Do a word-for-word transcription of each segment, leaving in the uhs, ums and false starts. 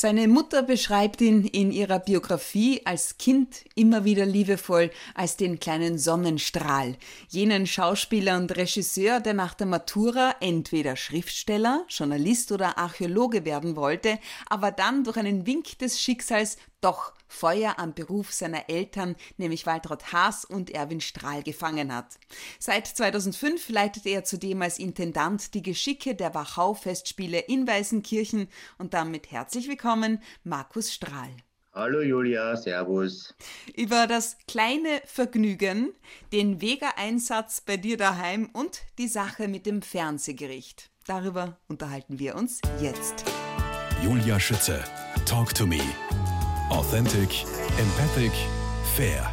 Seine Mutter beschreibt ihn in ihrer Biografie als Kind immer wieder liebevoll als den kleinen Sonnenstrahl, jenen Schauspieler und Regisseur, der nach der Matura entweder Schriftsteller, Journalist oder Archäologe werden wollte, aber dann durch einen Wink des Schicksals doch Feuer am Beruf seiner Eltern, nämlich Waltraud Haas und Erwin Strahl, gefangen hat. Seit zweitausendfünf leitet er zudem als Intendant die Geschicke der Wachau-Festspiele in Weißenkirchen und damit herzlich willkommen, Markus Strahl. Hallo Julia, servus. Über das kleine Vergnügen, den Vega-Einsatz bei dir daheim und die Sache mit dem Fernsehgericht. Darüber unterhalten wir uns jetzt. Julia Schütze, Talk to me. Authentic, empathic, fair.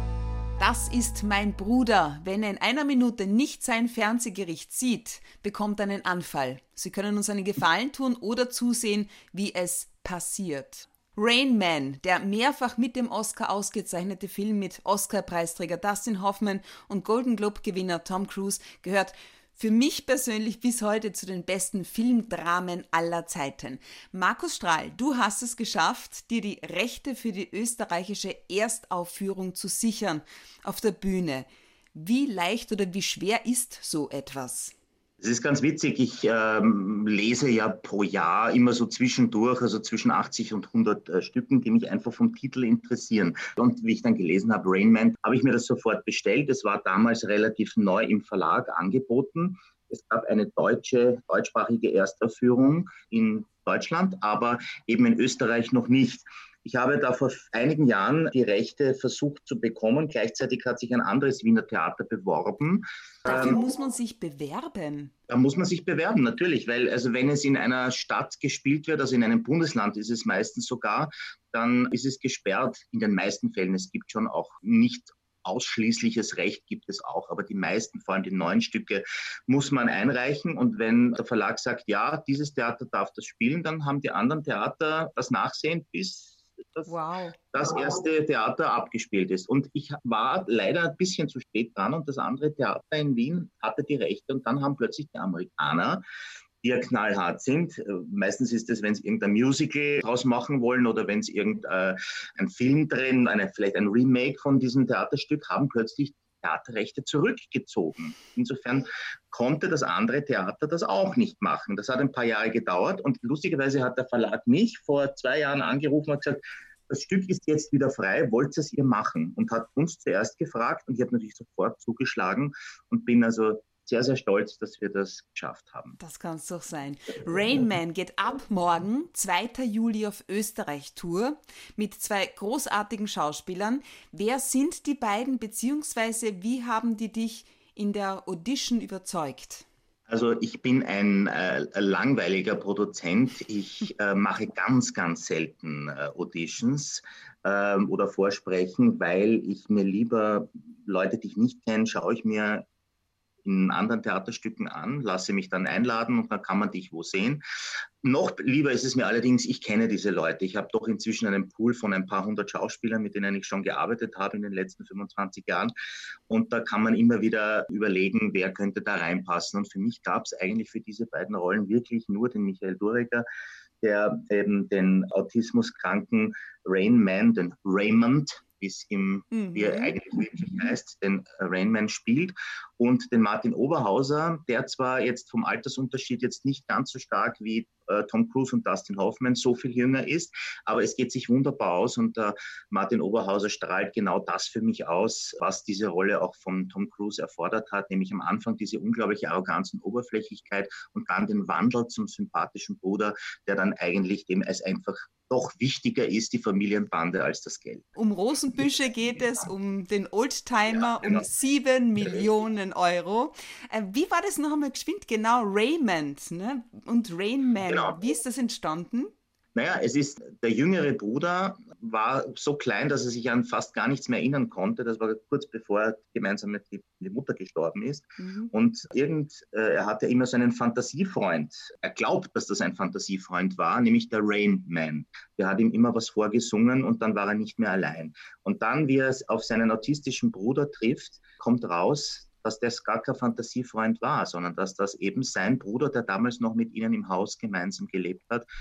Das ist mein Bruder. Wenn er in einer Minute nicht sein Fernsehgericht sieht, bekommt er einen Anfall. Sie können uns einen Gefallen tun oder zusehen, wie es passiert. Rain Man, der mehrfach mit dem Oscar ausgezeichnete Film mit Oscar-Preisträger Dustin Hoffman und Golden Globe-Gewinner Tom Cruise, gehört für mich persönlich bis heute zu den besten Filmdramen aller Zeiten. Markus Strahl, du hast es geschafft, dir die Rechte für die österreichische Erstaufführung zu sichern auf der Bühne. Wie leicht oder wie schwer ist so etwas? Es ist ganz witzig, ich ähm, lese ja pro Jahr immer so zwischendurch, also zwischen achtzig und hundert äh, Stücken, die mich einfach vom Titel interessieren. Und wie ich dann gelesen habe, Rain Man, habe ich mir das sofort bestellt. Es war damals relativ neu im Verlag angeboten. Es gab eine deutsche, deutschsprachige Erstaufführung in Deutschland, aber eben in Österreich noch nicht. Ich habe da vor einigen Jahren die Rechte versucht zu bekommen. Gleichzeitig hat sich ein anderes Wiener Theater beworben. Dafür ähm, muss man sich bewerben. Da muss man sich bewerben, natürlich, weil also wenn es in einer Stadt gespielt wird, also in einem Bundesland ist es meistens sogar, dann ist es gesperrt in den meisten Fällen. Es gibt schon auch nicht ausschließliches Recht gibt es auch, aber die meisten, vor allem die neuen Stücke, muss man einreichen. Und wenn der Verlag sagt, ja, dieses Theater darf das spielen, dann haben die anderen Theater das Nachsehen, bis das, wow. das erste Theater abgespielt ist. Und ich war leider ein bisschen zu spät dran und das andere Theater in Wien hatte die Rechte und dann haben plötzlich die Amerikaner, die ja knallhart sind. Meistens ist es, wenn sie irgendein Musical draus machen wollen oder wenn sie irgendein Film drehen, eine, vielleicht ein Remake von diesem Theaterstück, haben plötzlich Theaterrechte zurückgezogen. Insofern konnte das andere Theater das auch nicht machen. Das hat ein paar Jahre gedauert und lustigerweise hat der Verlag mich vor zwei Jahren angerufen und gesagt, das Stück ist jetzt wieder frei, wollt ihr es ihr machen? Und hat uns zuerst gefragt und ich habe natürlich sofort zugeschlagen und bin also sehr, sehr stolz, dass wir das geschafft haben. Das kann es doch sein. Rain Man geht ab morgen, zweiter Juli, auf Österreich-Tour mit zwei großartigen Schauspielern. Wer sind die beiden, beziehungsweise wie haben die dich in der Audition überzeugt? Also ich bin ein äh, langweiliger Produzent. Ich äh, mache ganz, ganz selten äh, Auditions äh, oder Vorsprechen, weil ich mir lieber Leute, die ich nicht kenne, schaue ich mir in anderen Theaterstücken an, lasse mich dann einladen und dann kann man dich wo sehen. Noch lieber ist es mir allerdings, ich kenne diese Leute. Ich habe doch inzwischen einen Pool von ein paar hundert Schauspielern, mit denen ich schon gearbeitet habe in den letzten fünfundzwanzig Jahren. Und da kann man immer wieder überlegen, wer könnte da reinpassen. Und für mich gab es eigentlich für diese beiden Rollen wirklich nur den Michael Duriger, der eben den autismuskranken Rain Man, den Raymond, wie es ihm mhm. wie er eigentlich wirklich heißt, den Rain Man spielt. Und den Martin Oberhauser, der zwar jetzt vom Altersunterschied jetzt nicht ganz so stark wie äh, Tom Cruise und Dustin Hoffman so viel jünger ist, aber es geht sich wunderbar aus und äh, Martin Oberhauser strahlt genau das für mich aus, was diese Rolle auch von Tom Cruise erfordert hat, nämlich am Anfang diese unglaubliche Arroganz und Oberflächlichkeit und dann den Wandel zum sympathischen Bruder, der dann eigentlich dem es einfach doch wichtiger ist, die Familienbande, als das Geld. Um Rosenbüsche geht es, um den Oldtimer, ja, genau. um sieben Millionen Euro. Äh, wie war das noch einmal geschwind? Genau, Raymond, ne? Und Rain Man. Genau. Wie ist das entstanden? Naja, es ist, der jüngere Bruder war so klein, dass er sich an fast gar nichts mehr erinnern konnte. Das war kurz bevor er gemeinsam mit die, die Mutter gestorben ist. Mhm. Und irgend, äh, er hatte immer so einen Fantasiefreund. Er glaubt, dass das ein Fantasiefreund war, nämlich der Rain Man. Der hat ihm immer was vorgesungen und dann war er nicht mehr allein. Und dann, wie er es auf seinen autistischen Bruder trifft, kommt raus, dass das gar kein Fantasiefreund war, sondern dass das eben sein Bruder, der damals noch mit ihnen im Haus gemeinsam gelebt hat,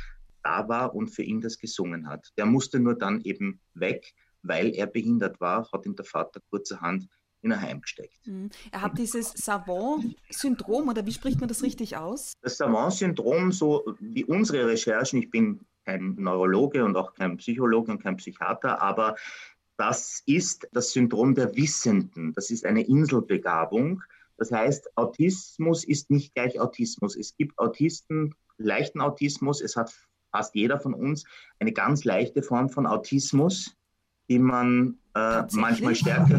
da war und für ihn das gesungen hat. Der musste nur dann eben weg, weil er behindert war, hat ihm der Vater kurzerhand in ein Heim gesteckt. Er hat dieses Savant-Syndrom, oder wie spricht man das richtig aus? Das Savant-Syndrom, so wie unsere Recherchen, ich bin kein Neurologe und auch kein Psychologe und kein Psychiater, aber das ist das Syndrom der Wissenden. Das ist eine Inselbegabung. Das heißt, Autismus ist nicht gleich Autismus. Es gibt Autisten, leichten Autismus. Es hat fast jeder von uns eine ganz leichte Form von Autismus, die man äh, manchmal stärker...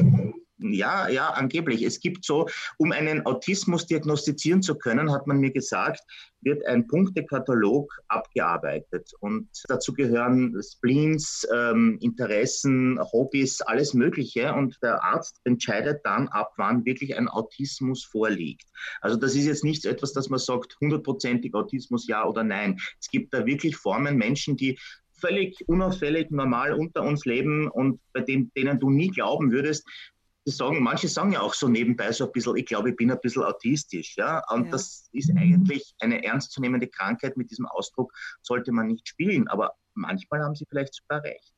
Ja, ja, angeblich. Es gibt so, um einen Autismus diagnostizieren zu können, hat man mir gesagt, wird ein Punktekatalog abgearbeitet. Und dazu gehören Spleens, ähm, Interessen, Hobbys, alles Mögliche. Und der Arzt entscheidet dann ab, wann wirklich ein Autismus vorliegt. Also das ist jetzt nicht so etwas, dass man sagt, hundertprozentig Autismus ja oder nein. Es gibt da wirklich Formen, Menschen, die völlig unauffällig normal unter uns leben und bei denen, denen du nie glauben würdest. Die sagen, manche sagen ja auch so nebenbei so ein bisschen, ich glaube, ich bin ein bisschen autistisch. Ja? Und ja. Das ist eigentlich eine ernstzunehmende Krankheit. Mit diesem Ausdruck sollte man nicht spielen. Aber manchmal haben sie vielleicht sogar recht.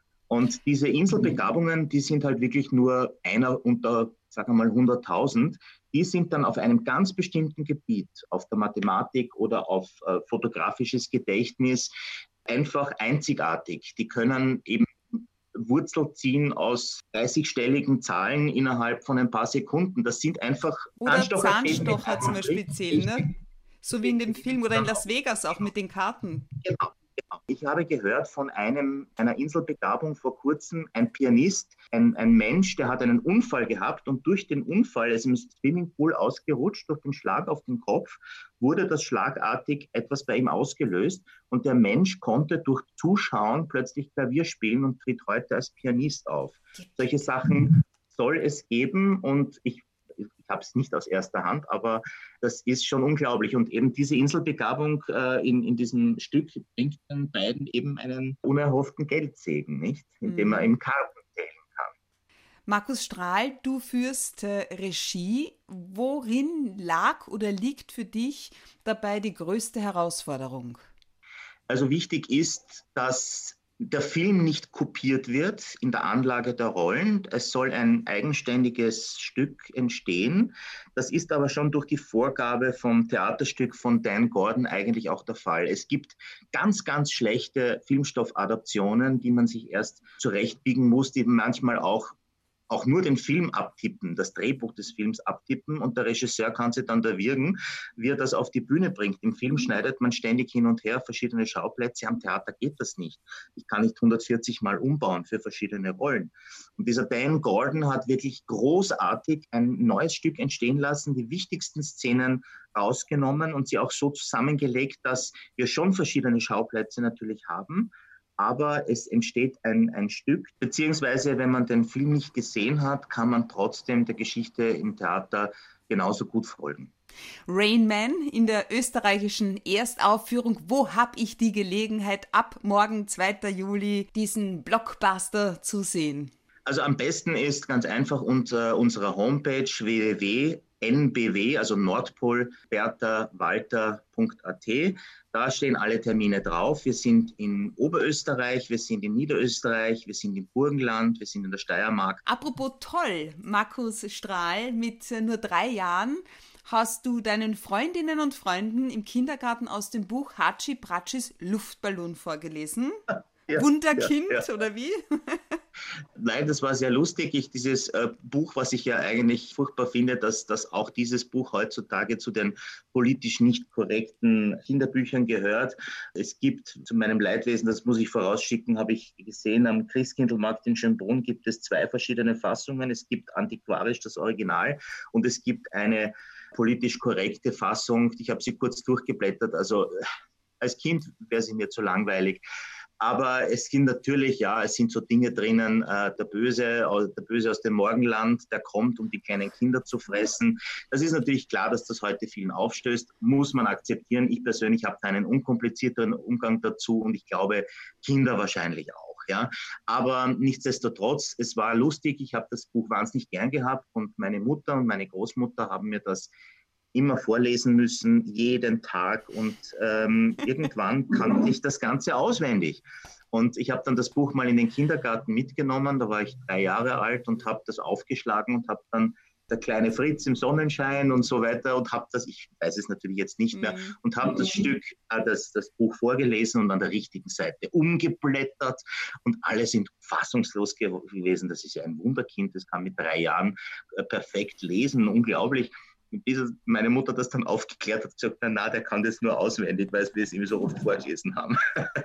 Und diese Inselbegabungen, die sind halt wirklich nur einer unter, sagen wir mal, hunderttausend. Die sind dann auf einem ganz bestimmten Gebiet, auf der Mathematik oder auf äh, fotografisches Gedächtnis, einfach einzigartig. Die können eben Wurzel ziehen aus dreißigstelligen Zahlen innerhalb von ein paar Sekunden. Das sind einfach Oder Zahnstocher zum Beispiel zählen, ne? So wie in dem Film oder in Las Vegas auch mit den Karten. Genau. Ich habe gehört von einem, einer Inselbegabung vor kurzem, ein Pianist, ein, ein Mensch, der hat einen Unfall gehabt und durch den Unfall, er ist im Swimmingpool ausgerutscht, durch den Schlag auf den Kopf, wurde das schlagartig etwas bei ihm ausgelöst und der Mensch konnte durch Zuschauen plötzlich Klavier spielen und tritt heute als Pianist auf. Solche Sachen soll es geben und ich Ich habe es nicht aus erster Hand, aber das ist schon unglaublich. Und eben diese Inselbegabung äh, in, in diesem Stück bringt den beiden eben einen unerhofften Geldsegen, nicht? Indem er im Karten zählen kann. Markus Strahl, du führst äh, Regie. Worin lag oder liegt für dich dabei die größte Herausforderung? Also wichtig ist, dass der Film nicht kopiert wird in der Anlage der Rollen. Es soll ein eigenständiges Stück entstehen. Das ist aber schon durch die Vorgabe vom Theaterstück von Dan Gordon eigentlich auch der Fall. Es gibt ganz, ganz schlechte Filmstoffadaptionen, die man sich erst zurechtbiegen muss, die manchmal auch auch nur den Film abtippen, das Drehbuch des Films abtippen und der Regisseur kann sich dann da wirken, wie er das auf die Bühne bringt. Im Film schneidet man ständig hin und her verschiedene Schauplätze, am Theater geht das nicht. Ich kann nicht hundertvierzig Mal umbauen für verschiedene Rollen. Und dieser Dan Gordon hat wirklich großartig ein neues Stück entstehen lassen, die wichtigsten Szenen rausgenommen und sie auch so zusammengelegt, dass wir schon verschiedene Schauplätze natürlich haben, aber es entsteht ein, ein Stück, beziehungsweise wenn man den Film nicht gesehen hat, kann man trotzdem der Geschichte im Theater genauso gut folgen. Rain Man in der österreichischen Erstaufführung. Wo habe ich die Gelegenheit, ab morgen, zweiten Juli, diesen Blockbuster zu sehen? Also am besten ist ganz einfach unter unserer Homepage w w w punkt n b w, also Nordpol Bertha Walter punkt a t. Da stehen alle Termine drauf. Wir sind in Oberösterreich, wir sind in Niederösterreich, wir sind im Burgenland, wir sind in der Steiermark. Apropos toll, Markus Strahl, mit nur drei Jahren hast du deinen Freundinnen und Freunden im Kindergarten aus dem Buch Hatschi Pratschis Luftballon vorgelesen. Ja, Wunderkind, ja, ja. Oder wie? Nein, das war sehr lustig. Ich, dieses äh, Buch, was ich ja eigentlich furchtbar finde, dass, dass auch dieses Buch heutzutage zu den politisch nicht korrekten Kinderbüchern gehört. Es gibt zu meinem Leidwesen, das muss ich vorausschicken, habe ich gesehen, am Christkindlmarkt in Schönbrunn gibt es zwei verschiedene Fassungen. Es gibt antiquarisch das Original und es gibt eine politisch korrekte Fassung. Ich habe sie kurz durchgeblättert. Also als Kind wäre sie mir zu langweilig. Aber es sind natürlich, ja, es sind so Dinge drinnen, äh, der Böse, der Böse aus dem Morgenland, der kommt, um die kleinen Kinder zu fressen. Das ist natürlich klar, dass das heute vielen aufstößt, muss man akzeptieren. Ich persönlich habe keinen unkomplizierteren Umgang dazu und ich glaube, Kinder wahrscheinlich auch, ja. Aber nichtsdestotrotz, es war lustig, ich habe das Buch wahnsinnig gern gehabt und meine Mutter und meine Großmutter haben mir das immer vorlesen müssen, jeden Tag. Und ähm, irgendwann kannte ich das Ganze auswendig. Und ich habe dann das Buch mal in den Kindergarten mitgenommen, da war ich drei Jahre alt und habe das aufgeschlagen und habe dann der kleine Fritz im Sonnenschein und so weiter und habe das, ich weiß es natürlich jetzt nicht mehr, Mhm. und habe das Stück, äh, das, das Buch vorgelesen und an der richtigen Seite umgeblättert und alle sind fassungslos ge- gewesen. Das ist ja ein Wunderkind, das kann mit drei Jahren äh, perfekt lesen, unglaublich. Und bis meine Mutter das dann aufgeklärt hat, gesagt, na, na, der kann das nur auswendig, weil wir es ihm so oft vorgelesen haben.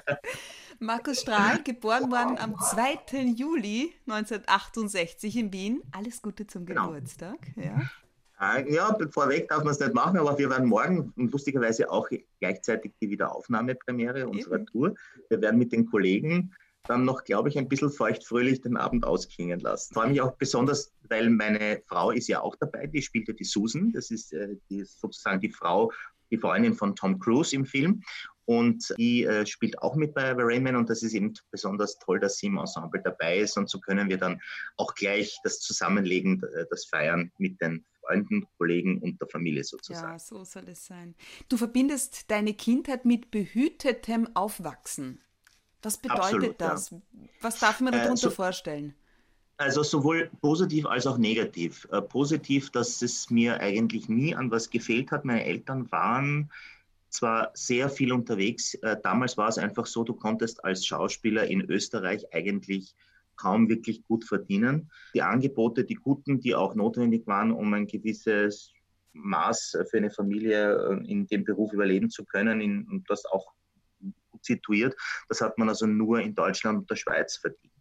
Markus Strahl, geboren worden am zweiten Juli neunzehnhundertachtundsechzig in Wien. Alles Gute zum Genau. Geburtstag. Ja. Äh, Ja, vorweg darf man es nicht machen, aber wir werden morgen und lustigerweise auch gleichzeitig die Wiederaufnahmepremiere unserer Eben. Tour. Wir werden mit den Kollegen dann noch, glaube ich, ein bisschen feuchtfröhlich den Abend ausklingen lassen. Vor allem auch besonders, weil meine Frau ist ja auch dabei, die spielte die Susan, das ist, äh, die ist sozusagen die Frau, die Freundin von Tom Cruise im Film. Und die äh, spielt auch mit bei Rayman und das ist eben besonders toll, dass sie im Ensemble dabei ist. Und so können wir dann auch gleich das Zusammenlegen, äh, das Feiern mit den Freunden, Kollegen und der Familie sozusagen. Ja, so soll es sein. Du verbindest deine Kindheit mit behütetem Aufwachsen. Was bedeutet Absolut, ja. das? Was darf man Äh, darunter so- vorstellen? Also sowohl positiv als auch negativ. Äh, positiv, dass es mir eigentlich nie an was gefehlt hat. Meine Eltern waren zwar sehr viel unterwegs. Äh, damals war es einfach so, du konntest als Schauspieler in Österreich eigentlich kaum wirklich gut verdienen. Die Angebote, die guten, die auch notwendig waren, um ein gewisses Maß für eine Familie äh, in dem Beruf überleben zu können, in, und das auch gut situiert, das hat man also nur in Deutschland und der Schweiz verdient.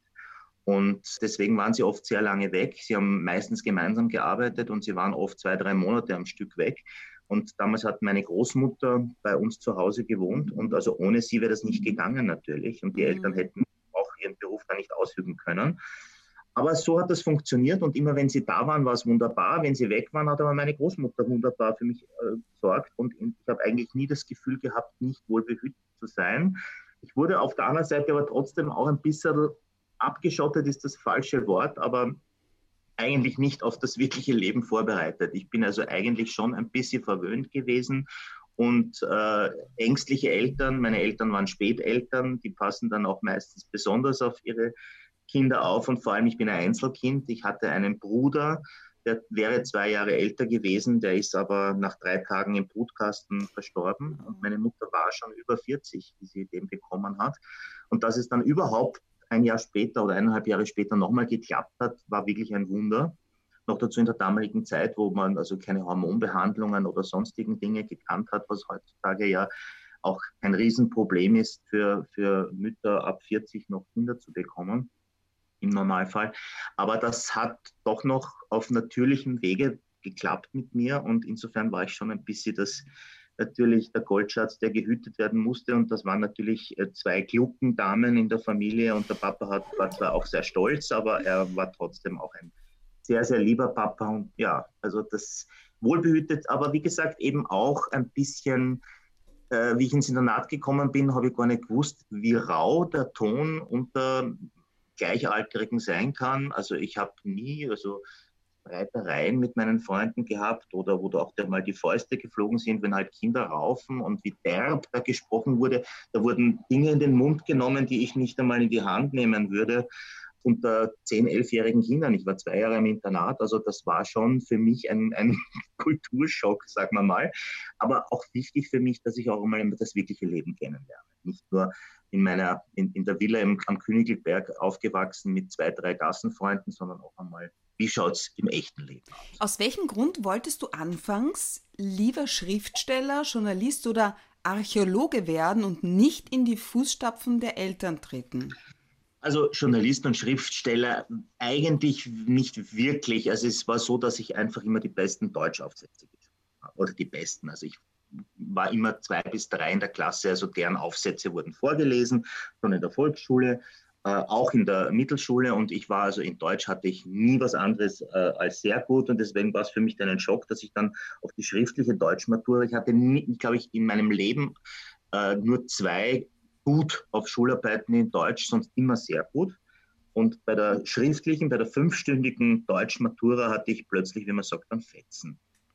Und deswegen waren sie oft sehr lange weg. Sie haben meistens gemeinsam gearbeitet und sie waren oft zwei, drei Monate am Stück weg. Und damals hat meine Großmutter bei uns zu Hause gewohnt und also ohne sie wäre das nicht gegangen natürlich. Und die Eltern hätten auch ihren Beruf da nicht ausüben können. Aber so hat das funktioniert und immer wenn sie da waren, war es wunderbar. Wenn sie weg waren, hat aber meine Großmutter wunderbar für mich äh, gesorgt und ich habe eigentlich nie das Gefühl gehabt, nicht wohlbehütet zu sein. Ich wurde auf der anderen Seite aber trotzdem auch ein bisschen abgeschottet, ist das falsche Wort, aber eigentlich nicht auf das wirkliche Leben vorbereitet. Ich bin also eigentlich schon ein bisschen verwöhnt gewesen und äh, ängstliche Eltern, meine Eltern waren Späteltern, die passen dann auch meistens besonders auf ihre Kinder auf und vor allem, ich bin ein Einzelkind, ich hatte einen Bruder, der wäre zwei Jahre älter gewesen, der ist aber nach drei Tagen im Brutkasten verstorben und meine Mutter war schon über vierzig, wie sie den bekommen hat und dass es dann überhaupt ein Jahr später oder eineinhalb Jahre später nochmal geklappt hat, war wirklich ein Wunder. Noch dazu in der damaligen Zeit, wo man also keine Hormonbehandlungen oder sonstigen Dinge gekannt hat, was heutzutage ja auch ein Riesenproblem ist für, für Mütter ab vierzig noch Kinder zu bekommen, im Normalfall. Aber das hat doch noch auf natürlichem Wege geklappt mit mir und insofern war ich schon ein bisschen das natürlich der Goldschatz, der gehütet werden musste. Und das waren natürlich zwei Gluckendamen in der Familie. Und der Papa hat, war zwar auch sehr stolz, aber er war trotzdem auch ein sehr, sehr lieber Papa. Und ja, also das wohlbehütet. Aber wie gesagt, eben auch ein bisschen, äh, wie ich ins Internat gekommen bin, habe ich gar nicht gewusst, wie rau der Ton unter Gleichaltrigen sein kann. Also ich habe nie, also Streitereien mit meinen Freunden gehabt oder wo da auch mal die Fäuste geflogen sind, wenn halt Kinder raufen und wie derb da gesprochen wurde. Da wurden Dinge in den Mund genommen, die ich nicht einmal in die Hand nehmen würde unter zehn-, elfjährigen Kindern. Ich war zwei Jahre im Internat, also das war schon für mich ein, ein Kulturschock, sagen wir mal. Aber auch wichtig für mich, dass ich auch einmal das wirkliche Leben kennenlerne. Nicht nur in meiner, in, in der Villa im, am Königelberg aufgewachsen mit zwei, drei Gassenfreunden, sondern auch einmal, wie schaut es im echten Leben aus? Aus welchem Grund wolltest du anfangs lieber Schriftsteller, Journalist oder Archäologe werden und nicht in die Fußstapfen der Eltern treten? Also Journalist und Schriftsteller eigentlich nicht wirklich. Also es war so, dass ich einfach immer die besten Deutschaufsätze geschrieben habe. Oder die besten. Also ich war immer zwei bis drei in der Klasse. Also deren Aufsätze wurden vorgelesen, schon in der Volksschule, äh, auch in der Mittelschule. Und ich war also in Deutsch hatte ich nie was anderes äh, als sehr gut. Und deswegen war es für mich dann ein Schock, dass ich dann auf die schriftliche Deutschmatura, ich hatte, glaube ich, in meinem Leben äh, nur zwei gut auf Schularbeiten in Deutsch, sonst immer sehr gut. Und bei der schriftlichen, bei der fünfstündigen Deutschmatura hatte ich plötzlich, wie man sagt, einen Fetzen.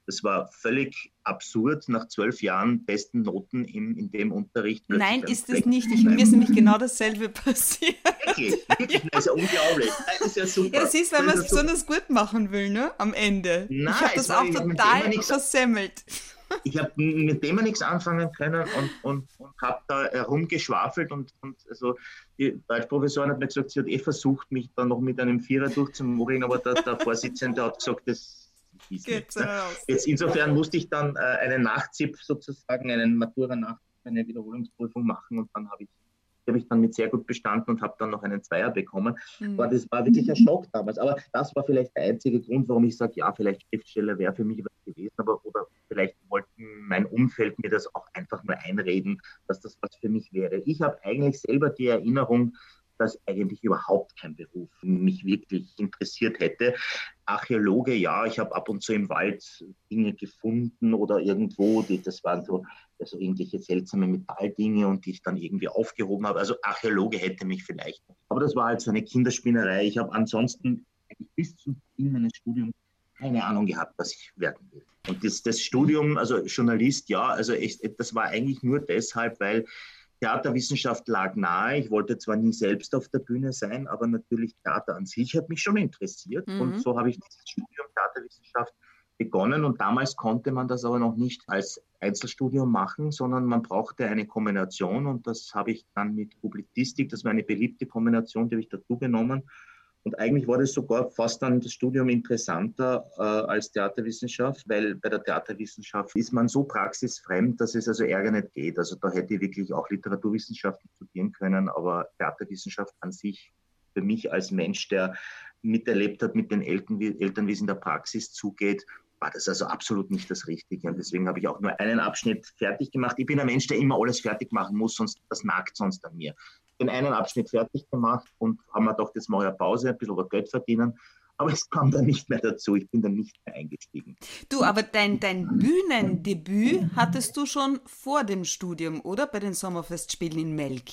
Das war völlig absurd, nach zwölf Jahren besten Noten in, in dem Unterricht. Nein, ist es nicht. Ich, mir ist nämlich genau dasselbe passiert. Wirklich, wirklich, das ist ja unglaublich. Das ist ja super. Ja, das ist, wenn man es Das ist ja besonders gut machen will, ne? Am Ende. Nein, ich habe es das war- auch ich hab mit total dem nichts- versemmelt. Ich habe mit dem nichts anfangen können und, und, und habe da herumgeschwafelt und, und also die Deutschprofessorin hat mir gesagt, sie hat eh versucht, mich dann noch mit einem Vierer durchzumogeln, aber der, der Vorsitzende hat gesagt, das ist Geht nichts. so raus. Jetzt insofern musste ich dann äh, einen Nachzip sozusagen, einen Matura-Nachzip, eine Wiederholungsprüfung machen und dann habe ich die habe ich dann mit sehr gut bestanden und habe dann noch einen Zweier bekommen. Mhm. Aber das war wirklich ein Schock damals. Aber das war vielleicht der einzige Grund, warum ich sage, ja, vielleicht Schriftsteller wäre für mich was gewesen, aber oder vielleicht wollten mein Umfeld mir das auch einfach nur einreden, dass das was für mich wäre. Ich habe eigentlich selber die Erinnerung, dass eigentlich überhaupt kein Beruf mich wirklich interessiert hätte. Archäologe, ja, ich habe ab und zu im Wald Dinge gefunden oder irgendwo, die, das waren so also irgendwelche seltsame Metalldinge und die ich dann irgendwie aufgehoben habe. Also Archäologe hätte mich vielleicht. Aber das war halt so eine Kinderspinnerei. Ich habe ansonsten eigentlich bis zum Beginn meines Studiums keine Ahnung gehabt, was ich werden will. Und das, das Studium, also Journalist, ja, also echt, das war eigentlich nur deshalb, weil Theaterwissenschaft lag nahe. Ich wollte zwar nie selbst auf der Bühne sein, aber natürlich Theater an sich hat mich schon interessiert. Mhm. Und so habe ich dieses Studium Theaterwissenschaft begonnen. Und damals konnte man das aber noch nicht als Einzelstudium machen, sondern man brauchte eine Kombination. Und das habe ich dann mit Publizistik, das war eine beliebte Kombination, die habe ich dazu genommen. Und eigentlich war das sogar fast dann das Studium interessanter äh, als Theaterwissenschaft, weil bei der Theaterwissenschaft ist man so praxisfremd, dass es also Ärger nicht geht. Also da hätte ich wirklich auch Literaturwissenschaften studieren können, aber Theaterwissenschaft an sich, für mich als Mensch, der miterlebt hat, mit den Eltern, wie, Eltern, wie es in der Praxis zugeht, war das also absolut nicht das Richtige. Und deswegen habe ich auch nur einen Abschnitt fertig gemacht. Ich bin ein Mensch, der immer alles fertig machen muss, sonst das nagt sonst an mir. Den einen Abschnitt fertig gemacht und haben wir gedacht, jetzt mache ich eine Pause, ein bisschen Geld verdienen. Aber es kam dann nicht mehr dazu. Ich bin dann nicht mehr eingestiegen. Du, aber dein, dein Bühnendebüt hattest du schon vor dem Studium, oder? Bei den Sommerfestspielen in Melk.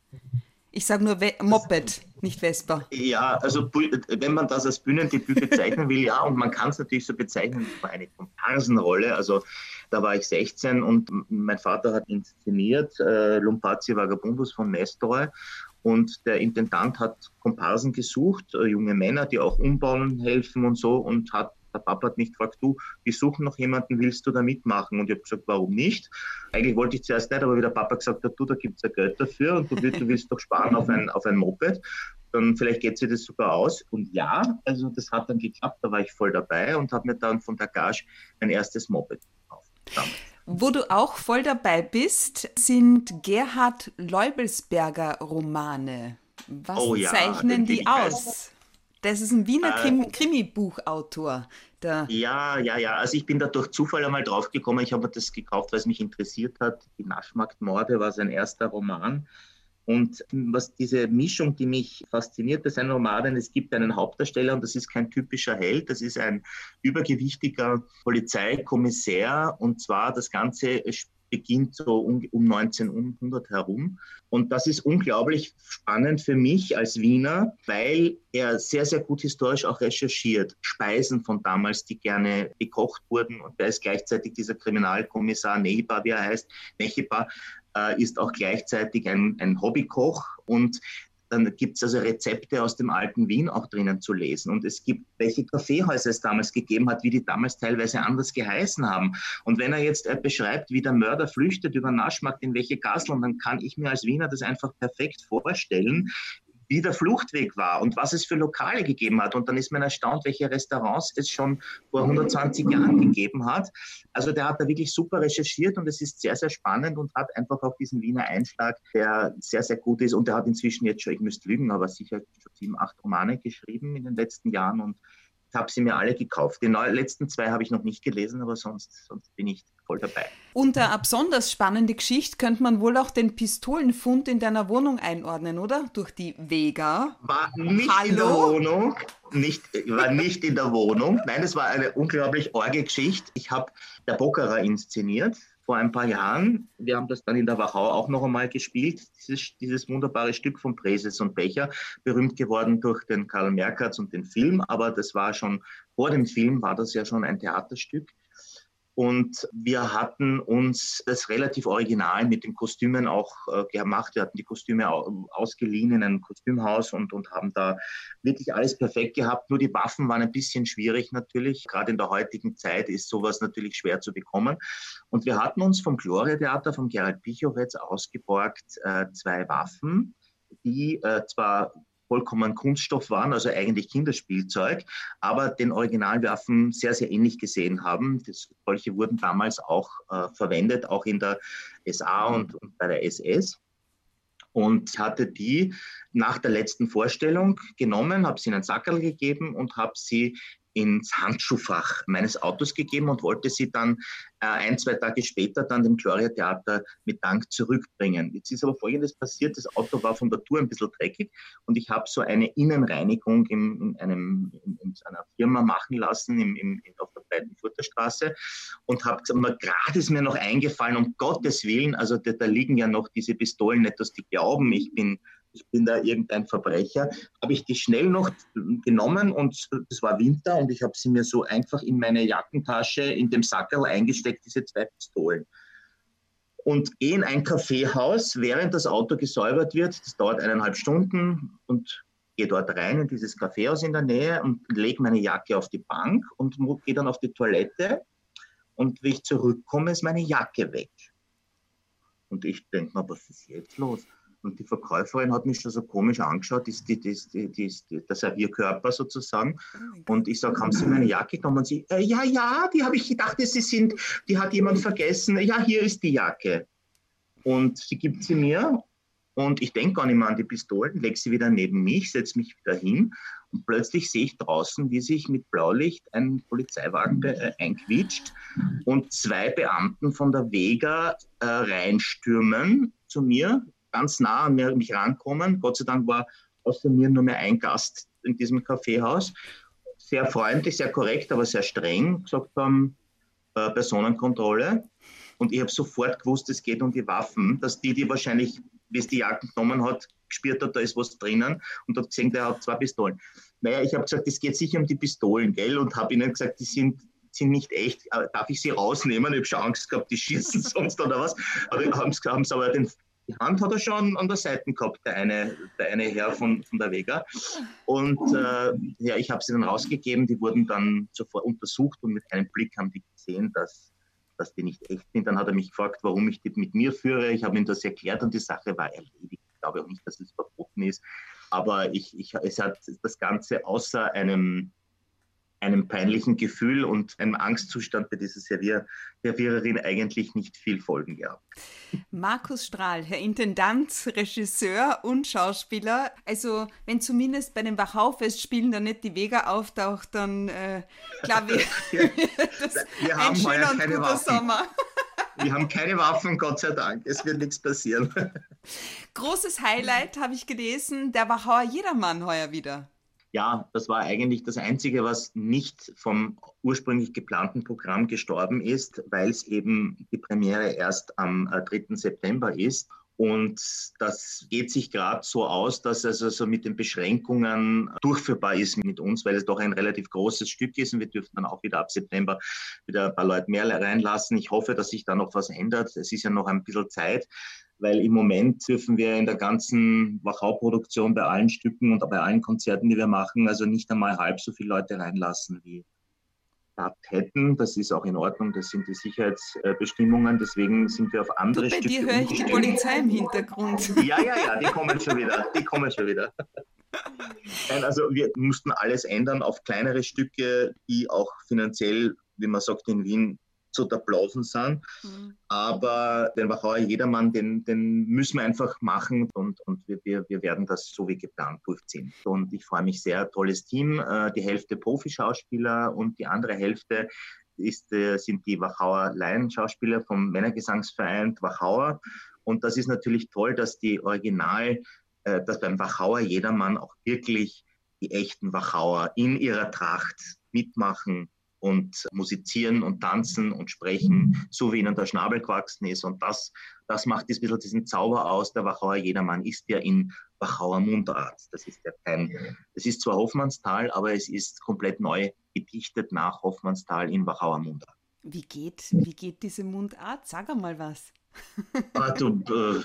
Ich sage nur We- Moped, nicht Vespa. Ja, also wenn man das als Bühnendebüt bezeichnen will, ja, und man kann es natürlich so bezeichnen, das war eine Komparsenrolle. Also da war ich sechzehn und mein Vater hat inszeniert äh, Lumpazzi Vagabundus von Nestroy. Und der Intendant hat Komparsen gesucht, äh, junge Männer, die auch umbauen helfen und so. Und hat, der Papa hat mich gefragt, du, wir suchen noch jemanden, willst du da mitmachen? Und ich habe gesagt, warum nicht? Eigentlich wollte ich zuerst nicht, aber wie der Papa gesagt hat, du, da gibt es ja Geld dafür und du willst, du willst doch sparen auf ein, auf ein Moped. Dann vielleicht geht sich das sogar aus. Und ja, also das hat dann geklappt, da war ich voll dabei und habe mir dann von der Gage mein erstes Moped gekauft. Damals. Wo du auch voll dabei bist, sind Gerhard Leubelsberger Romane. Was Oh ja, zeichnen den die lieb ich auch. aus? Das ist ein Wiener Krim- Krimi-Buchautor. Der Ja, ja, ja. Also ich bin da durch Zufall einmal draufgekommen. Ich habe mir das gekauft, weil es mich interessiert hat. Die Naschmarktmorde war sein erster Roman. Und was diese Mischung, die mich fasziniert bei seinen Romanen, es gibt einen Hauptdarsteller und das ist kein typischer Held, das ist ein übergewichtiger Polizeikommissär und zwar das Ganze beginnt so um, um neunzehnhundert herum. Und das ist unglaublich spannend für mich als Wiener, weil er sehr, sehr gut historisch auch recherchiert. Speisen von damals, die gerne gekocht wurden. Und er ist gleichzeitig dieser Kriminalkommissar Nehiba, wie er heißt. Nehiba äh, ist auch gleichzeitig ein, ein Hobbykoch und dann gibt es also Rezepte aus dem alten Wien auch drinnen zu lesen. Und es gibt, welche Kaffeehäuser es damals gegeben hat, wie die damals teilweise anders geheißen haben. Und wenn er jetzt äh, beschreibt, wie der Mörder flüchtet über Naschmarkt in welche Gasteln, dann kann ich mir als Wiener das einfach perfekt vorstellen, wie der Fluchtweg war und was es für Lokale gegeben hat. Und dann ist man erstaunt, welche Restaurants es schon vor hundertzwanzig Jahren gegeben hat. Also der hat da wirklich super recherchiert und es ist sehr, sehr spannend und hat einfach auch diesen Wiener Einschlag, der sehr, sehr gut ist. Und der hat inzwischen jetzt schon, ich müsste lügen, aber sicher schon sieben, acht Romane geschrieben in den letzten Jahren und ich habe sie mir alle gekauft. Die neu- letzten zwei habe ich noch nicht gelesen, aber sonst, sonst bin ich voll dabei. Unter eine besonders spannende Geschichte könnte man wohl auch den Pistolenfund in deiner Wohnung einordnen, oder? Durch die Vega. War nicht Hallo? in der Wohnung, nicht, war nicht in der Wohnung. Nein, es war eine unglaublich orge Geschichte. Ich habe der Bockerer inszeniert vor ein paar Jahren. Wir haben das dann in der Wachau auch noch einmal gespielt, dieses, dieses wunderbare Stück von Breses und Becher, berühmt geworden durch den Karl Merkatz und den Film, aber das war schon, vor dem Film war das ja schon ein Theaterstück. Und wir hatten uns das relativ original mit den Kostümen auch äh, gemacht. Wir hatten die Kostüme ausgeliehen in einem Kostümhaus und, und haben da wirklich alles perfekt gehabt. Nur die Waffen waren ein bisschen schwierig natürlich. Gerade in der heutigen Zeit ist sowas natürlich schwer zu bekommen. Und wir hatten uns vom Gloria Theater, vom Gerald Pichowetz ausgeborgt, äh, zwei Waffen, die äh, zwar vollkommen Kunststoff waren, also eigentlich Kinderspielzeug, aber den Originalwaffen sehr, sehr ähnlich gesehen haben. Das, solche wurden damals auch äh, verwendet, auch in der S A und, und bei der S S. Und hatte die nach der letzten Vorstellung genommen, habe sie in einen Sackerl gegeben und habe sie ins Handschuhfach meines Autos gegeben und wollte sie dann äh, ein, zwei Tage später dann dem Gloria Theater mit Dank zurückbringen. Jetzt ist aber Folgendes passiert, das Auto war von der Tour ein bisschen dreckig und ich habe so eine Innenreinigung in, in, einem, in, in einer Firma machen lassen im, im, auf der Breitenfurter Straße und habe gesagt, gerade ist mir noch eingefallen, um Gottes Willen, also da, da liegen ja noch diese Pistolen, nicht, dass die glauben, ich bin ich bin da irgendein Verbrecher, habe ich die schnell noch genommen und es war Winter und ich habe sie mir so einfach in meine Jackentasche in dem Sackerl eingesteckt, diese zwei Pistolen. Und gehe in ein Kaffeehaus, während das Auto gesäubert wird, das dauert eineinhalb Stunden und gehe dort rein in dieses Kaffeehaus in der Nähe und lege meine Jacke auf die Bank und gehe dann auf die Toilette und wie ich zurückkomme, ist meine Jacke weg. Und ich denke mir, was ist jetzt los? Und die Verkäuferin hat mich schon so komisch angeschaut, ist die, die, die, die, die, der Servierkörper sozusagen. Oh und ich sage, haben Sie meine Jacke genommen? Und sie, äh, ja, ja, die habe ich gedacht, Sie sind, die hat jemand vergessen. Ja, hier ist die Jacke. Und sie gibt sie mir und ich denke gar nicht mehr an die Pistolen, lege sie wieder neben mich, setze mich wieder hin und plötzlich sehe ich draußen, wie sich mit Blaulicht ein Polizeiwagen äh, einquietscht und zwei Beamten von der Vega äh, reinstürmen zu mir, ganz nah an mir, mich rankommen. Gott sei Dank war außer mir nur mehr ein Gast in diesem Kaffeehaus. Sehr freundlich, sehr korrekt, aber sehr streng gesagt haben, äh, Personenkontrolle. Und ich habe sofort gewusst, es geht um die Waffen, dass die, die wahrscheinlich, wie es die Jagd genommen hat, gespürt hat, da ist was drinnen und hat gesehen, der hat zwei Pistolen. Naja, ich habe gesagt, es geht sicher um die Pistolen, gell? Und habe ihnen gesagt, die sind, sind nicht echt. Darf ich sie rausnehmen? Ich habe schon Angst gehabt, die schießen sonst oder was. Aber haben es aber den Die Hand hat er schon an der Seite gehabt, der eine, der eine Herr von, von der Vega. Und äh, ja, ich habe sie dann rausgegeben, die wurden dann sofort untersucht und mit einem Blick haben die gesehen, dass, dass die nicht echt sind. Dann hat er mich gefragt, warum ich die mit mir führe. Ich habe ihm das erklärt und die Sache war erledigt. Ich glaube auch nicht, dass es verboten ist. Aber ich, ich, es hat das Ganze außer einem einem peinlichen Gefühl und einem Angstzustand bei dieser Servier- Serviererin eigentlich nicht viel Folgen gehabt. Markus Strahl, Herr Intendant, Regisseur und Schauspieler. Also wenn zumindest bei den Wachau-Festspielen da nicht die Vega auftaucht, dann äh, glaube ich, das wir ein haben schöner und keine guter Waffen. Sommer. Wir haben keine Waffen, Gott sei Dank. Es wird nichts passieren. Großes Highlight habe ich gelesen, der Wachauer Jedermann heuer wieder. Ja, das war eigentlich das Einzige, was nicht vom ursprünglich geplanten Programm gestorben ist, weil es eben die Premiere erst am dritten September ist. Und das geht sich gerade so aus, dass es also mit den Beschränkungen durchführbar ist mit uns, weil es doch ein relativ großes Stück ist und wir dürfen dann auch wieder ab September wieder ein paar Leute mehr reinlassen. Ich hoffe, dass sich da noch was ändert. Es ist ja noch ein bisschen Zeit, weil im Moment dürfen wir in der ganzen Wachau-Produktion bei allen Stücken und bei allen Konzerten, die wir machen, also nicht einmal halb so viele Leute reinlassen wie gehabt hätten. Das ist auch in Ordnung, das sind die Sicherheitsbestimmungen, deswegen sind wir auf andere du, bei Stücke dir höre ich die Polizei im Hintergrund. Ja, ja, ja, die kommen schon wieder, die kommen schon wieder. Nein, also wir mussten alles ändern auf kleinere Stücke, die auch finanziell, wie man sagt in Wien, zu der Applausen sind. Mhm. Aber den Wachauer Jedermann, den, den müssen wir einfach machen und, und wir, wir, wir werden das so wie geplant durchziehen. Und ich freue mich sehr, tolles Team, die Hälfte Profischauspieler und die andere Hälfte ist, sind die Wachauer Laienschauspieler vom Männergesangsverein Wachauer. Und das ist natürlich toll, dass die Original, dass beim Wachauer Jedermann auch wirklich die echten Wachauer in ihrer Tracht mitmachen und musizieren und tanzen und sprechen, so wie ihnen der Schnabel gewachsen ist. Und das, das macht ein bisschen diesen Zauber aus. Der Wachauer Jedermann ist ja in Wachauer Mundart. Das ist ja kein, das ist zwar Hoffmannsthal, aber es ist komplett neu gedichtet nach Hoffmannsthal in Wachauer Mundart. Wie geht, wie geht diese Mundart? Sag einmal was. Ah, du, äh,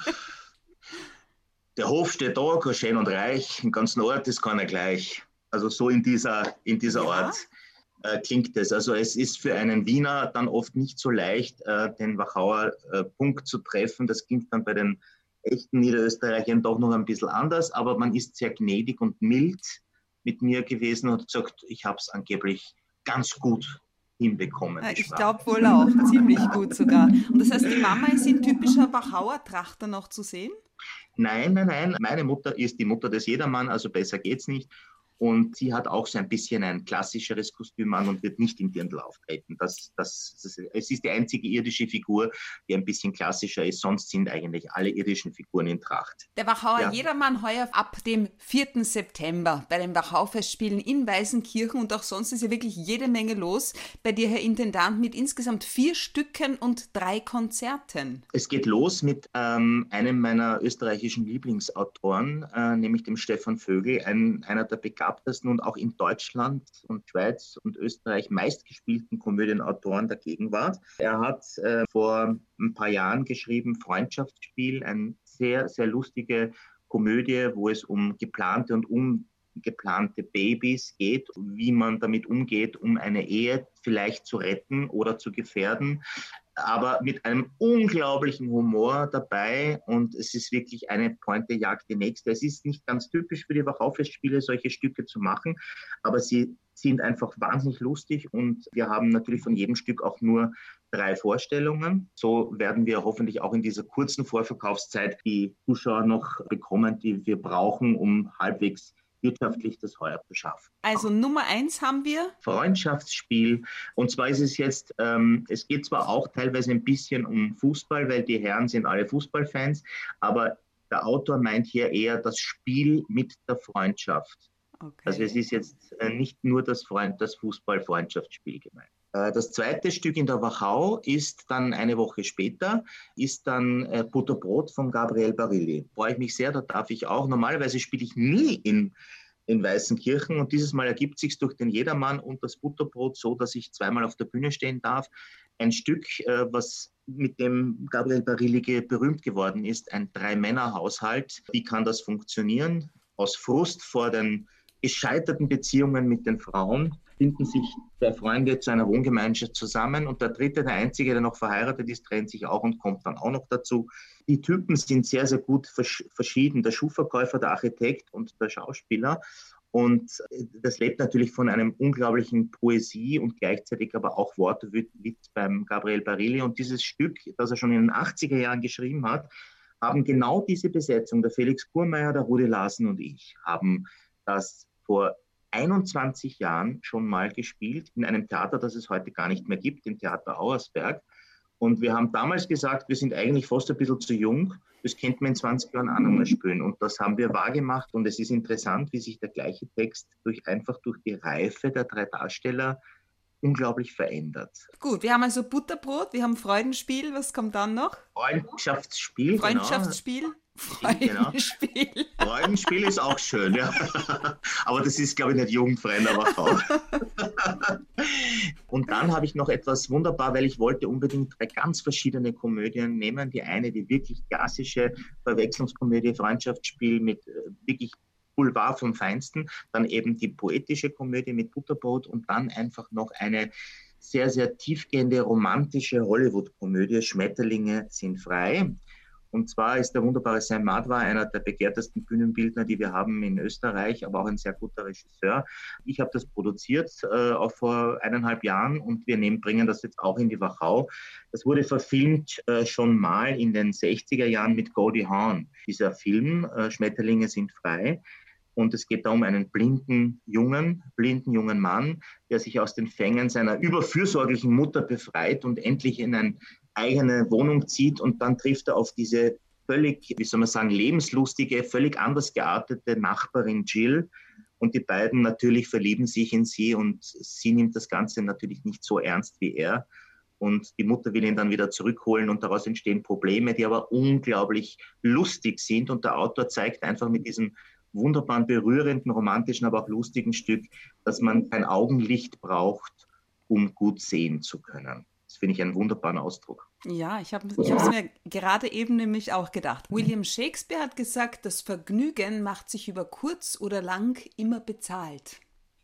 der Hof steht da, kein schön und reich, im ganzen Ort ist keiner gleich. Also so in dieser, in dieser Ja? Art äh, klingt es. Also es ist für einen Wiener dann oft nicht so leicht, äh, den Wachauer äh, Punkt zu treffen. Das klingt dann bei den echten Niederösterreichern doch noch ein bisschen anders, aber man ist sehr gnädig und mild mit mir gewesen und sagt, ich habe es angeblich ganz gut hinbekommen. Ja, die ich Sprache. glaube wohl auch, ziemlich gut sogar. Und das heißt, die Mama ist in typischer Wachauer Tracht dann noch zu sehen? Nein, nein, nein. Meine Mutter ist die Mutter des Jedermann, also besser geht's nicht. Und sie hat auch so ein bisschen ein klassischeres Kostüm an und wird nicht im Dirndl auftreten. Das, das, das, es ist die einzige irdische Figur, die ein bisschen klassischer ist. Sonst sind eigentlich alle irdischen Figuren in Tracht. Der Wachauer Ja. Jedermann heuer ab dem vierten September bei den Wachau-Festspielen in Weißenkirchen und auch sonst ist ja wirklich jede Menge los. Bei dir, Herr Intendant, mit insgesamt vier Stücken und drei Konzerten. Es geht los mit ähm, einem meiner österreichischen Lieblingsautoren, äh, nämlich dem Stefan Vögel, ein, einer der begabtesten und auch in Deutschland und Schweiz und Österreich meistgespielten Komödienautoren der Gegenwart. Er hat äh, vor ein paar Jahren geschrieben Freundschaftsspiel, eine sehr, sehr lustige Komödie, wo es um geplante und ungeplante Babys geht, wie man damit umgeht, um eine Ehe vielleicht zu retten oder zu gefährden, aber mit einem unglaublichen Humor dabei und es ist wirklich eine Pointe jagt die nächste. Es ist nicht ganz typisch für die Wachau-Festspiele, solche Stücke zu machen, aber sie sind einfach wahnsinnig lustig und wir haben natürlich von jedem Stück auch nur drei Vorstellungen. So werden wir hoffentlich auch in dieser kurzen Vorverkaufszeit die Zuschauer noch bekommen, die wir brauchen, um halbwegs wirtschaftlich das heuer zu schaffen. Also Nummer eins haben wir. Freundschaftsspiel. Und zwar ist es jetzt, ähm, es geht zwar auch teilweise ein bisschen um Fußball, weil die Herren sind alle Fußballfans, aber der Autor meint hier eher das Spiel mit der Freundschaft. Okay. Also es ist jetzt äh, nicht nur das, Freund, das Fußball-Freundschaftsspiel gemeint. Äh, das zweite Stück in der Wachau ist dann eine Woche später, ist dann äh, Butterbrot von Gabriel Barilli. Freue ich mich sehr, da darf ich auch. Normalerweise spiele ich nie in, in Weißenkirchen und dieses Mal ergibt sich durch den Jedermann und das Butterbrot so, dass ich zweimal auf der Bühne stehen darf. Ein Stück, äh, was mit dem Gabriel Barilli ge- berühmt geworden ist, ein Drei-Männer-Haushalt. Wie kann das funktionieren? Aus Frust vor den gescheiterten Beziehungen mit den Frauen finden sich zwei Freunde zu einer Wohngemeinschaft zusammen und der dritte, der einzige, der noch verheiratet ist, trennt sich auch und kommt dann auch noch dazu. Die Typen sind sehr, sehr gut vers- verschieden. Der Schuhverkäufer, der Architekt und der Schauspieler. Und das lebt natürlich von einem unglaublichen Poesie und gleichzeitig aber auch Wortwitz beim Gabriel Barilli. Und dieses Stück, das er schon in den achtziger Jahren geschrieben hat, haben genau diese Besetzung, der Felix Kurmeier, der Rudi Larsen und ich, haben das vor einundzwanzig Jahren schon mal gespielt in einem Theater, das es heute gar nicht mehr gibt, im Theater Auersberg. Und wir haben damals gesagt, wir sind eigentlich fast ein bisschen zu jung, das könnte man in zwanzig Jahren auch noch mal spielen. Und das haben wir wahrgemacht und es ist interessant, wie sich der gleiche Text durch, einfach durch die Reife der drei Darsteller unglaublich verändert. Gut, wir haben also Butterbrot, wir haben Freudenspiel, was kommt dann noch? Freundschaftsspiel. Freundschaftsspiel. Genau. Freudenspiel. Freudenspiel ist auch schön, ja. Aber das ist, glaube ich, nicht jugendfrei, aber auch. Und dann habe ich noch etwas wunderbar, weil ich wollte unbedingt drei ganz verschiedene Komödien nehmen. Die eine, die wirklich klassische Verwechslungskomödie, Freundschaftsspiel mit äh, wirklich Boulevard vom Feinsten, dann eben die poetische Komödie mit Butterbrot und dann einfach noch eine sehr, sehr tiefgehende romantische Hollywood-Komödie, Schmetterlinge sind frei. Und zwar ist der wunderbare Sam Madwa einer der begehrtesten Bühnenbildner, die wir haben in Österreich, aber auch ein sehr guter Regisseur. Ich habe das produziert, äh, auch vor eineinhalb Jahren und wir nehmen, bringen das jetzt auch in die Wachau. Das wurde verfilmt äh, schon mal in den sechziger Jahren mit Goldie Hawn. Dieser Film, äh, Schmetterlinge sind frei. Und es geht da um einen blinden Jungen, blinden jungen Mann, der sich aus den Fängen seiner überfürsorglichen Mutter befreit und endlich in eine eigene Wohnung zieht. Und dann trifft er auf diese völlig, wie soll man sagen, lebenslustige, völlig anders geartete Nachbarin Jill. Und die beiden natürlich verlieben sich in sie und sie nimmt das Ganze natürlich nicht so ernst wie er. Und die Mutter will ihn dann wieder zurückholen und daraus entstehen Probleme, die aber unglaublich lustig sind. Und der Autor zeigt einfach mit diesem wunderbaren, berührenden, romantischen, aber auch lustigen Stück, dass man kein Augenlicht braucht, um gut sehen zu können. Das finde ich einen wunderbaren Ausdruck. Ja, ich habe ich es mir gerade eben nämlich auch gedacht. William Shakespeare hat gesagt, das Vergnügen macht sich über kurz oder lang immer bezahlt.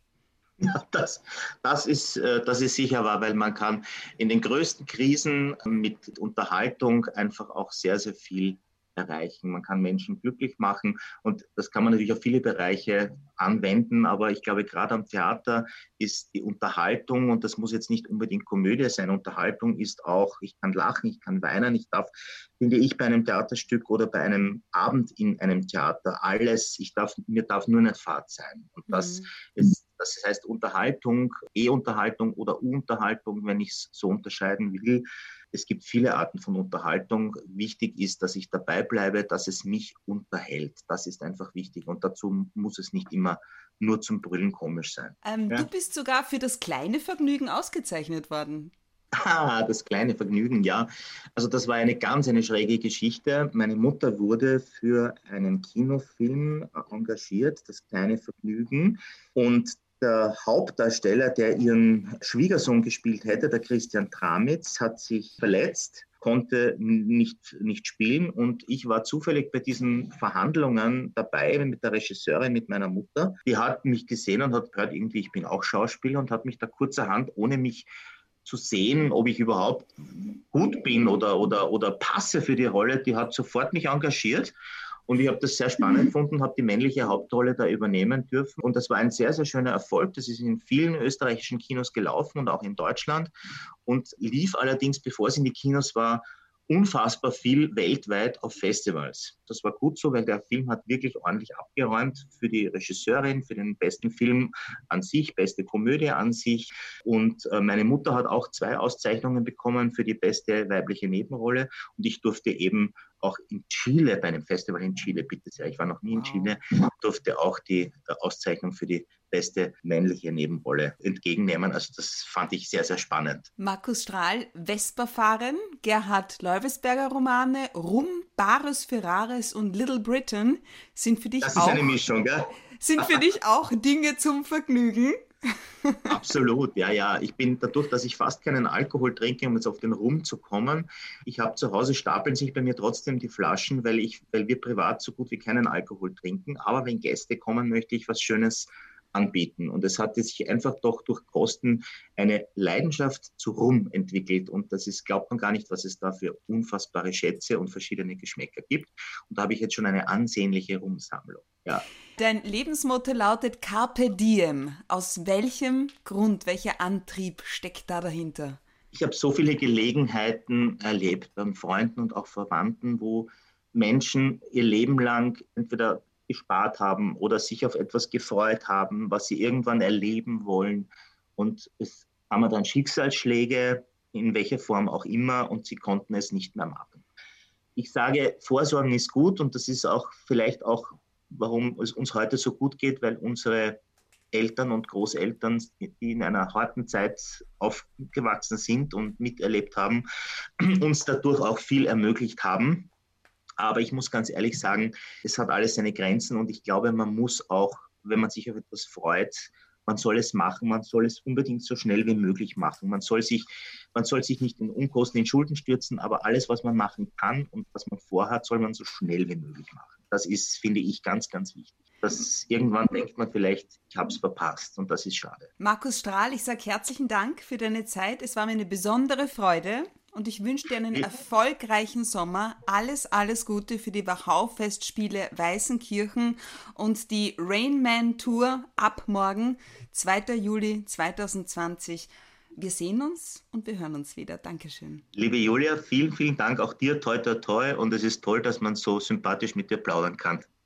Ja, das, das, ist, das ist sicher wahr, weil man kann in den größten Krisen mit Unterhaltung einfach auch sehr, sehr viel erreichen. Man kann Menschen glücklich machen und das kann man natürlich auf viele Bereiche anwenden, aber ich glaube, gerade am Theater ist die Unterhaltung, und das muss jetzt nicht unbedingt Komödie sein, Unterhaltung ist auch, ich kann lachen, ich kann weinen, ich darf, finde ich, bei einem Theaterstück oder bei einem Abend in einem Theater alles, ich darf, mir darf nur nicht Fahrt sein. Und das mhm. ist Das heißt Unterhaltung, E-Unterhaltung oder U-Unterhaltung, wenn ich es so unterscheiden will. Es gibt viele Arten von Unterhaltung. Wichtig ist, dass ich dabei bleibe, dass es mich unterhält. Das ist einfach wichtig. Und dazu muss es nicht immer nur zum Brüllen komisch sein. Ähm, ja? Du bist sogar für das kleine Vergnügen ausgezeichnet worden. Ah, das kleine Vergnügen, ja. Also das war eine ganz eine schräge Geschichte. Meine Mutter wurde für einen Kinofilm engagiert, das kleine Vergnügen. Und der Hauptdarsteller, der ihren Schwiegersohn gespielt hätte, der Christian Tramitz, hat sich verletzt, konnte nicht, nicht spielen. Und ich war zufällig bei diesen Verhandlungen dabei mit der Regisseurin, mit meiner Mutter. Die hat mich gesehen und hat gehört, irgendwie, ich bin auch Schauspieler, und hat mich da kurzerhand, ohne mich zu sehen, ob ich überhaupt gut bin oder, oder, oder passe für die Rolle, die hat sofort mich engagiert. Und ich habe das sehr spannend gefunden, habe die männliche Hauptrolle da übernehmen dürfen. Und das war ein sehr, sehr schöner Erfolg. Das ist in vielen österreichischen Kinos gelaufen und auch in Deutschland. Und lief allerdings, bevor es in die Kinos war, unfassbar viel weltweit auf Festivals. Das war gut so, weil der Film hat wirklich ordentlich abgeräumt für die Regisseurin, für den besten Film an sich, beste Komödie an sich. Und äh, meine Mutter hat auch zwei Auszeichnungen bekommen für die beste weibliche Nebenrolle. Und ich durfte eben auch in Chile, bei einem Festival in Chile, bitte sehr, ich war noch nie in Chile, durfte auch die Auszeichnung für die beste männliche Nebenrolle entgegennehmen. Also das fand ich sehr, sehr spannend. Markus Strahl, Vespa fahren, Gerhard Leuvesberger Romane, Rum, Bares Ferraris und Little Britain sind für dich das auch... Das ist eine Mischung, gell? Sind für dich auch Dinge zum Vergnügen? Absolut, ja, ja. Ich bin dadurch, dass ich fast keinen Alkohol trinke, um jetzt auf den Rum zu kommen. Ich habe zu Hause, stapeln sich bei mir trotzdem die Flaschen, weil, ich, weil wir privat so gut wie keinen Alkohol trinken. Aber wenn Gäste kommen, möchte ich was Schönes anbieten. Und es hat sich einfach doch durch Kosten eine Leidenschaft zu Rum entwickelt. Und das ist, glaubt man gar nicht, was es da für unfassbare Schätze und verschiedene Geschmäcker gibt. Und da habe ich jetzt schon eine ansehnliche Rumsammlung. Ja. Dein Lebensmotto lautet Carpe Diem. Aus welchem Grund, welcher Antrieb steckt da dahinter? Ich habe so viele Gelegenheiten erlebt an Freunden und auch Verwandten, wo Menschen ihr Leben lang entweder gespart haben oder sich auf etwas gefreut haben, was sie irgendwann erleben wollen. Und es haben dann Schicksalsschläge, in welcher Form auch immer, und sie konnten es nicht mehr machen. Ich sage, Vorsorgen ist gut, und das ist auch vielleicht auch, warum es uns heute so gut geht, weil unsere Eltern und Großeltern, die in einer harten Zeit aufgewachsen sind und miterlebt haben, uns dadurch auch viel ermöglicht haben. Aber ich muss ganz ehrlich sagen, es hat alles seine Grenzen, und ich glaube, man muss auch, wenn man sich auf etwas freut, man soll es machen, man soll es unbedingt so schnell wie möglich machen. Man soll sich, man soll sich nicht in Unkosten, in Schulden stürzen, aber alles, was man machen kann und was man vorhat, soll man so schnell wie möglich machen. Das ist, finde ich, ganz, ganz wichtig. Das, irgendwann denkt man vielleicht, ich habe es verpasst, und das ist schade. Markus Strahl, ich sage herzlichen Dank für deine Zeit. Es war mir eine besondere Freude. Und ich wünsche dir einen erfolgreichen Sommer. Alles, alles Gute für die Wachau-Festspiele Weißenkirchen und die Rain Man Tour ab morgen, zweiten Juli zweitausendzwanzig. Wir sehen uns und wir hören uns wieder. Dankeschön. Liebe Julia, vielen, vielen Dank auch dir. Toi, toi, toi. Und es ist toll, dass man so sympathisch mit dir plaudern kann.